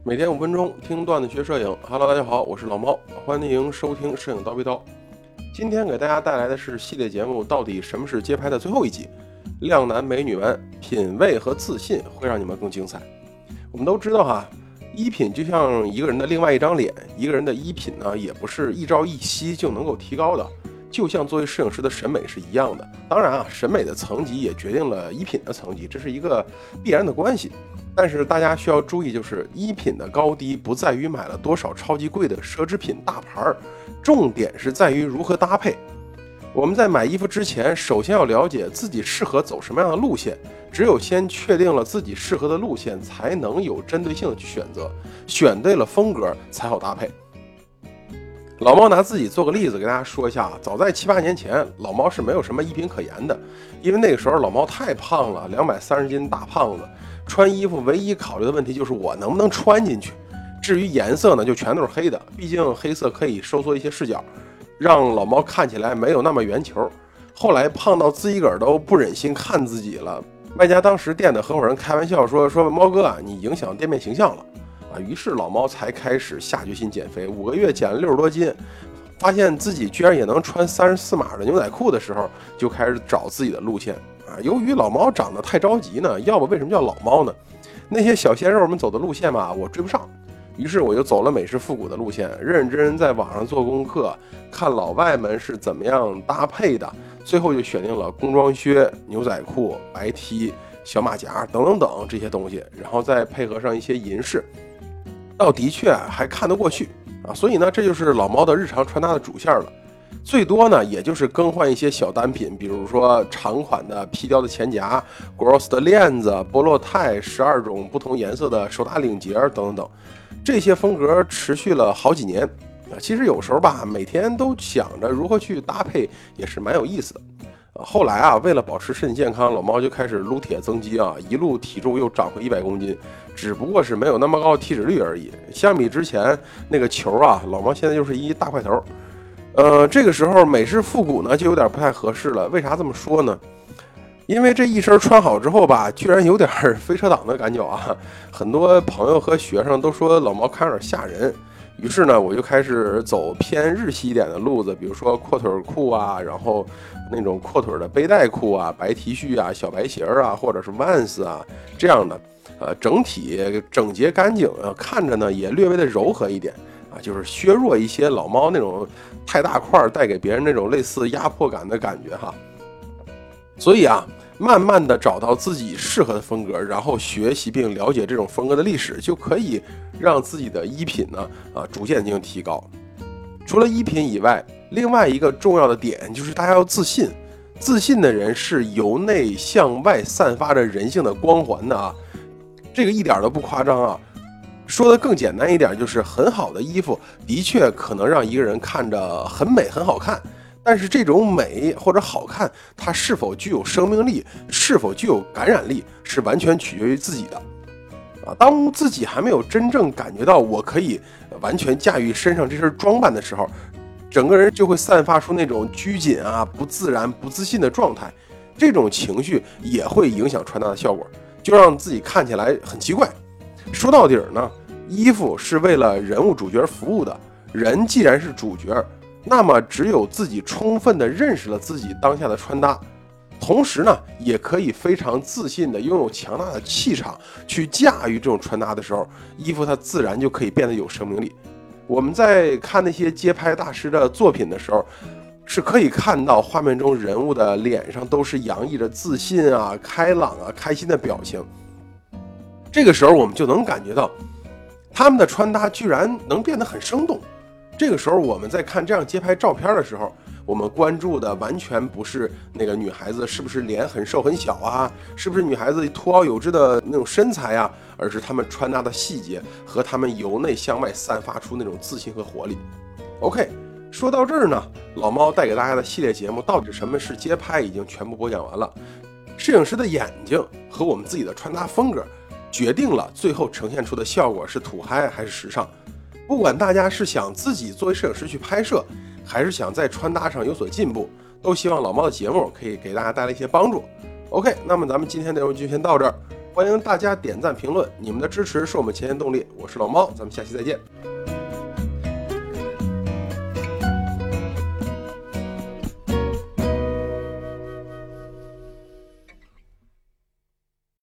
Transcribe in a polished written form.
每天5分钟听段子学摄影。Hello， 大家好，我是老猫，欢迎收听摄影刀逼刀。今天给大家带来的是系列节目，到底什么是街拍的最后一集。靓男美女们，品味和自信会让你们更精彩。我们都知道哈，衣品就像一个人的另外一张脸，一个人的衣品呢，也不是一朝一夕就能够提高的。就像作为摄影师的审美是一样的，当然啊，审美的层级也决定了衣品的层级，这是一个必然的关系。但是大家需要注意，就是衣品的高低不在于买了多少超级贵的奢侈品大牌，重点是在于如何搭配。我们在买衣服之前，首先要了解自己适合走什么样的路线，只有先确定了自己适合的路线，才能有针对性的去选择，选对了风格才好搭配。老猫拿自己做个例子给大家说一下，早在7、8年前，老猫是没有什么衣品可言的，因为那个时候老猫太胖了，230斤大胖子，穿衣服唯一考虑的问题就是我能不能穿进去，至于颜色呢，就全都是黑的，毕竟黑色可以收缩一些视角，让老猫看起来没有那么圆球。后来胖到自己个儿都不忍心看自己了，卖家当时店的合伙人开玩笑说猫哥啊，你影响店面形象了。于是老猫才开始下决心减肥，5个月减了60多斤，发现自己居然也能穿34码的牛仔裤的时候，就开始找自己的路线由于老猫长得太着急呢，要不为什么叫老猫呢？那些小鲜肉们走的路线嘛，我追不上，于是我就走了美式复古的路线，认真在网上做功课，看老外们是怎么样搭配的，最后就选定了工装靴、牛仔裤、白 T、小马甲等等等这些东西，然后再配合上一些银饰，倒的确还看得过去所以呢，这就是老猫的日常穿搭的主线了。最多呢，也就是更换一些小单品，比如说长款的皮雕的前夹、Gross 的链子、波洛泰、12种不同颜色的手打领结等等等。这些风格持续了好几年其实有时候吧，每天都想着如何去搭配，也是蛮有意思的。后来为了保持身体健康，老猫就开始撸铁增肌一路体重又涨回100公斤，只不过是没有那么高的体脂率而已。相比之前那个球老猫现在就是一大块头。这个时候美式复古呢就有点不太合适了。为啥这么说呢？因为这一身穿好之后吧，居然有点飞车党的感觉很多朋友和学生都说老猫看有点吓人。于是呢，我就开始走偏日系一点的路子，比如说阔腿裤然后那种阔腿的背带裤白 T 恤小白鞋或者是 Vans 这样的，整体整洁干净看着呢也略微的柔和一点就是削弱一些老猫那种太大块带给别人那种类似压迫感的感觉所以慢慢的找到自己适合的风格，然后学习并了解这种风格的历史，就可以让自己的衣品呢逐渐进行提高。除了衣品以外，另外一个重要的点就是大家要自信。自信的人是由内向外散发着人性的光环的这个一点都不夸张说的更简单一点，就是很好的衣服的确可能让一个人看着很美很好看，但是这种美或者好看，它是否具有生命力，是否具有感染力，是完全取决于自己的当自己还没有真正感觉到我可以完全驾驭身上这身装扮的时候，整个人就会散发出那种拘谨不自然不自信的状态，这种情绪也会影响穿搭的效果，就让自己看起来很奇怪。说到底呢，衣服是为了人物主角服务的，人既然是主角，那么只有自己充分地认识了自己当下的穿搭，同时呢，也可以非常自信地拥有强大的气场去驾驭这种穿搭的时候，衣服它自然就可以变得有生命力。我们在看那些街拍大师的作品的时候，是可以看到画面中人物的脸上都是洋溢着自信开朗开心的表情。这个时候我们就能感觉到他们的穿搭居然能变得很生动。这个时候我们在看这样街拍照片的时候，我们关注的完全不是那个女孩子是不是脸很瘦很小是不是女孩子凸凹有致的那种身材而是他们穿搭的细节和他们由内向外散发出那种自信和活力。 OK， 说到这儿呢，老猫带给大家的系列节目到底什么是街拍已经全部播讲完了。摄影师的眼睛和我们自己的穿搭风格决定了最后呈现出的效果是土嗨还是时尚。不管大家是想自己作为摄影师去拍摄，还是想在穿搭上有所进步，都希望老猫的节目可以给大家带来一些帮助。OK， 那么咱们今天内容就先到这儿。 欢迎大家点赞评论，你们的支持是我们前进动力。我是老猫，咱们下期再见。